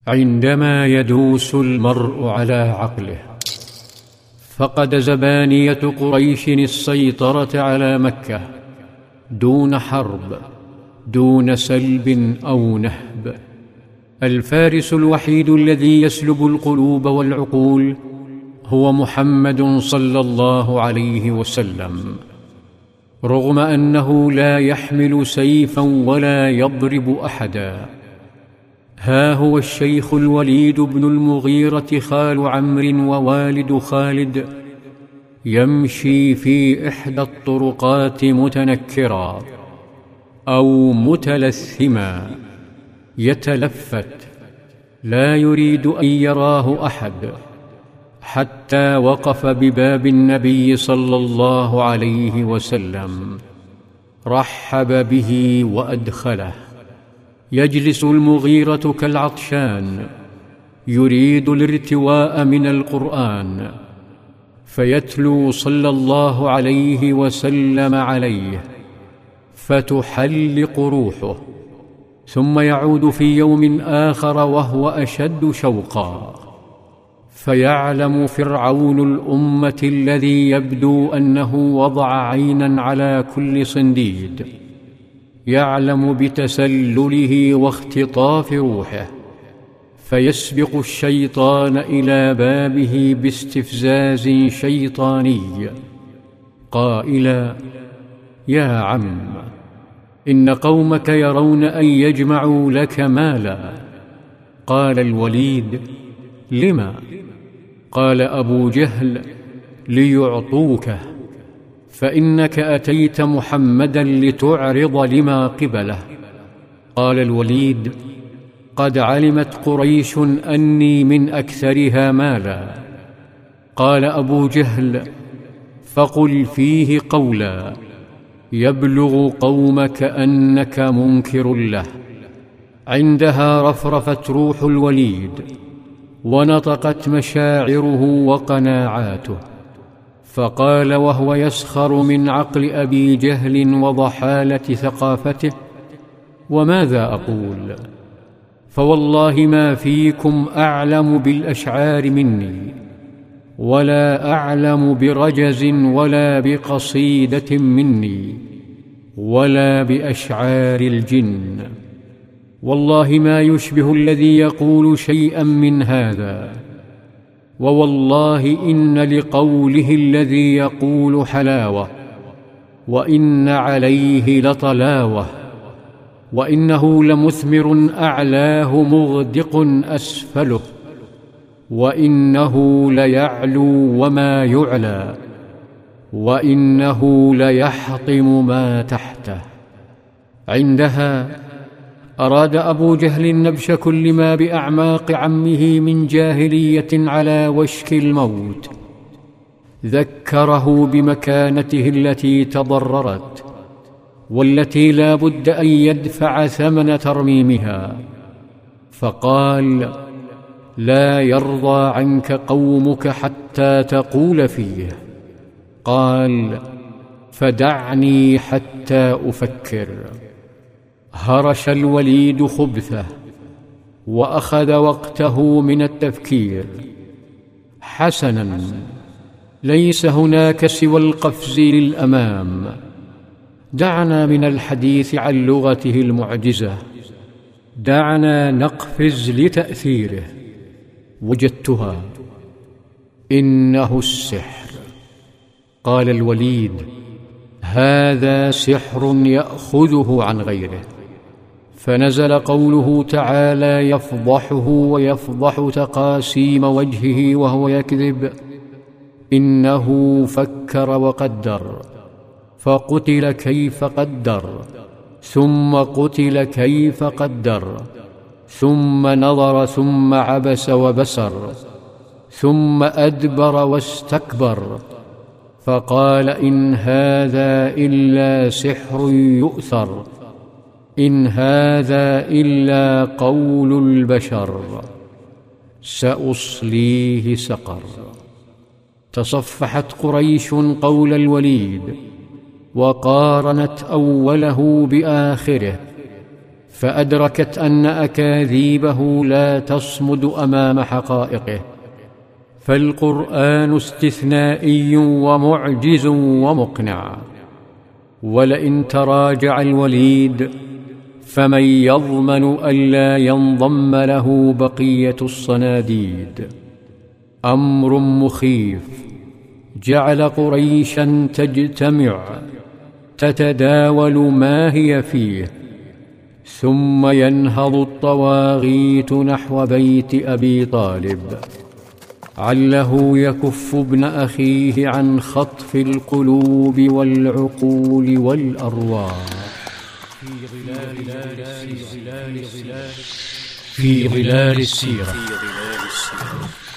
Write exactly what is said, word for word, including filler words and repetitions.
عندما يدوس المرء على عقله. فقد زبانية قريش السيطرة على مكة دون حرب، دون سلب أو نهب. الفارس الوحيد الذي يسلب القلوب والعقول هو محمد صلى الله عليه وسلم، رغم أنه لا يحمل سيفا ولا يضرب أحدا. ها هو الشيخ الوليد بن المغيرة خال عمرو ووالد خالد يمشي في إحدى الطرقات متنكرا أو متلثما يتلفت، لا يريد أن يراه أحد، حتى وقف بباب النبي صلى الله عليه وسلم، رحب به وأدخله. يجلس المغيرة كالعطشان يريد الارتواء من القرآن، فيتلو صلى الله عليه وسلم عليه فتحلق روحه، ثم يعود في يوم آخر وهو أشد شوقا، فيعلم فرعون الأمة الذي يبدو أنه وضع عينا على كل صنديد، يعلم بتسلله واختطاف روحه، فيسبق الشيطان إلى بابه باستفزاز شيطاني قائلا: يا عم، إن قومك يرون أن يجمعوا لك مالا. قال الوليد: لما؟ قال أبو جهل: ليعطوكه، فإنك أتيت محمدا لتعرض لما قبله. قال الوليد: قد علمت قريش أني من أكثرها مالا. قال أبو جهل: فقل فيه قولا يبلغ قومك أنك منكر له. عندها رفرفت روح الوليد، ونطقت مشاعره وقناعاته، فقال وهو يسخر من عقل أبي جهل وضحالة ثقافته: وماذا أقول؟ فوالله ما فيكم أعلم بالأشعار مني، ولا أعلم برجز ولا بقصيدة مني، ولا بأشعار الجن. والله ما يشبه الذي يقول شيئا من هذا، ووالله إن لقوله الذي يقول حلاوة، وإن عليه لطلاوة، وإنه لمثمر أعلاه مغدق أسفله، وإنه ليعلو وما يعلى، وإنه ليحطم ما تحته. عندها أراد أبو جهل نبش كل ما بأعماق عمه من جاهلية على وشك الموت، ذكره بمكانته التي تضررت، والتي لا بد أن يدفع ثمن ترميمها، فقال: لا يرضى عنك قومك حتى تقول فيه. قال: فدعني حتى أفكر. هرش الوليد خبثه وأخذ وقته من التفكير. حسنا، ليس هناك سوى القفز للأمام. دعنا من الحديث عن لغته المعجزة، دعنا نقفز لتأثيره. وجدتها، إنه السحر. قال الوليد: هذا سحر يأخذه عن غيره. فنزل قوله تعالى يفضحه ويفضح تقاسيم وجهه وهو يكذب: إنه فكر وقدر، فقتل كيف قدر، ثم قتل كيف قدر، ثم نظر ثم عبس وبسر، ثم أدبر واستكبر، فقال: إن هذا إلا سحر يؤثر، إن هذا إلا قول البشر، سأصليه سقر. تصفحت قريش قول الوليد، وقارنت أوله بآخره، فأدركت أن أكاذيبه لا تصمد أمام حقائقه، فالقرآن استثنائي ومعجز ومقنع. ولئن تراجع الوليد فمن يضمن ألا ينضم له بقية الصناديد؟ أمر مخيف جعل قريشا تجتمع تتداول ما هي فيه، ثم ينهض الطواغيت نحو بيت أبي طالب عله يكف ابن أخيه عن خطف القلوب والعقول والأرواح. في ظلال السيرة.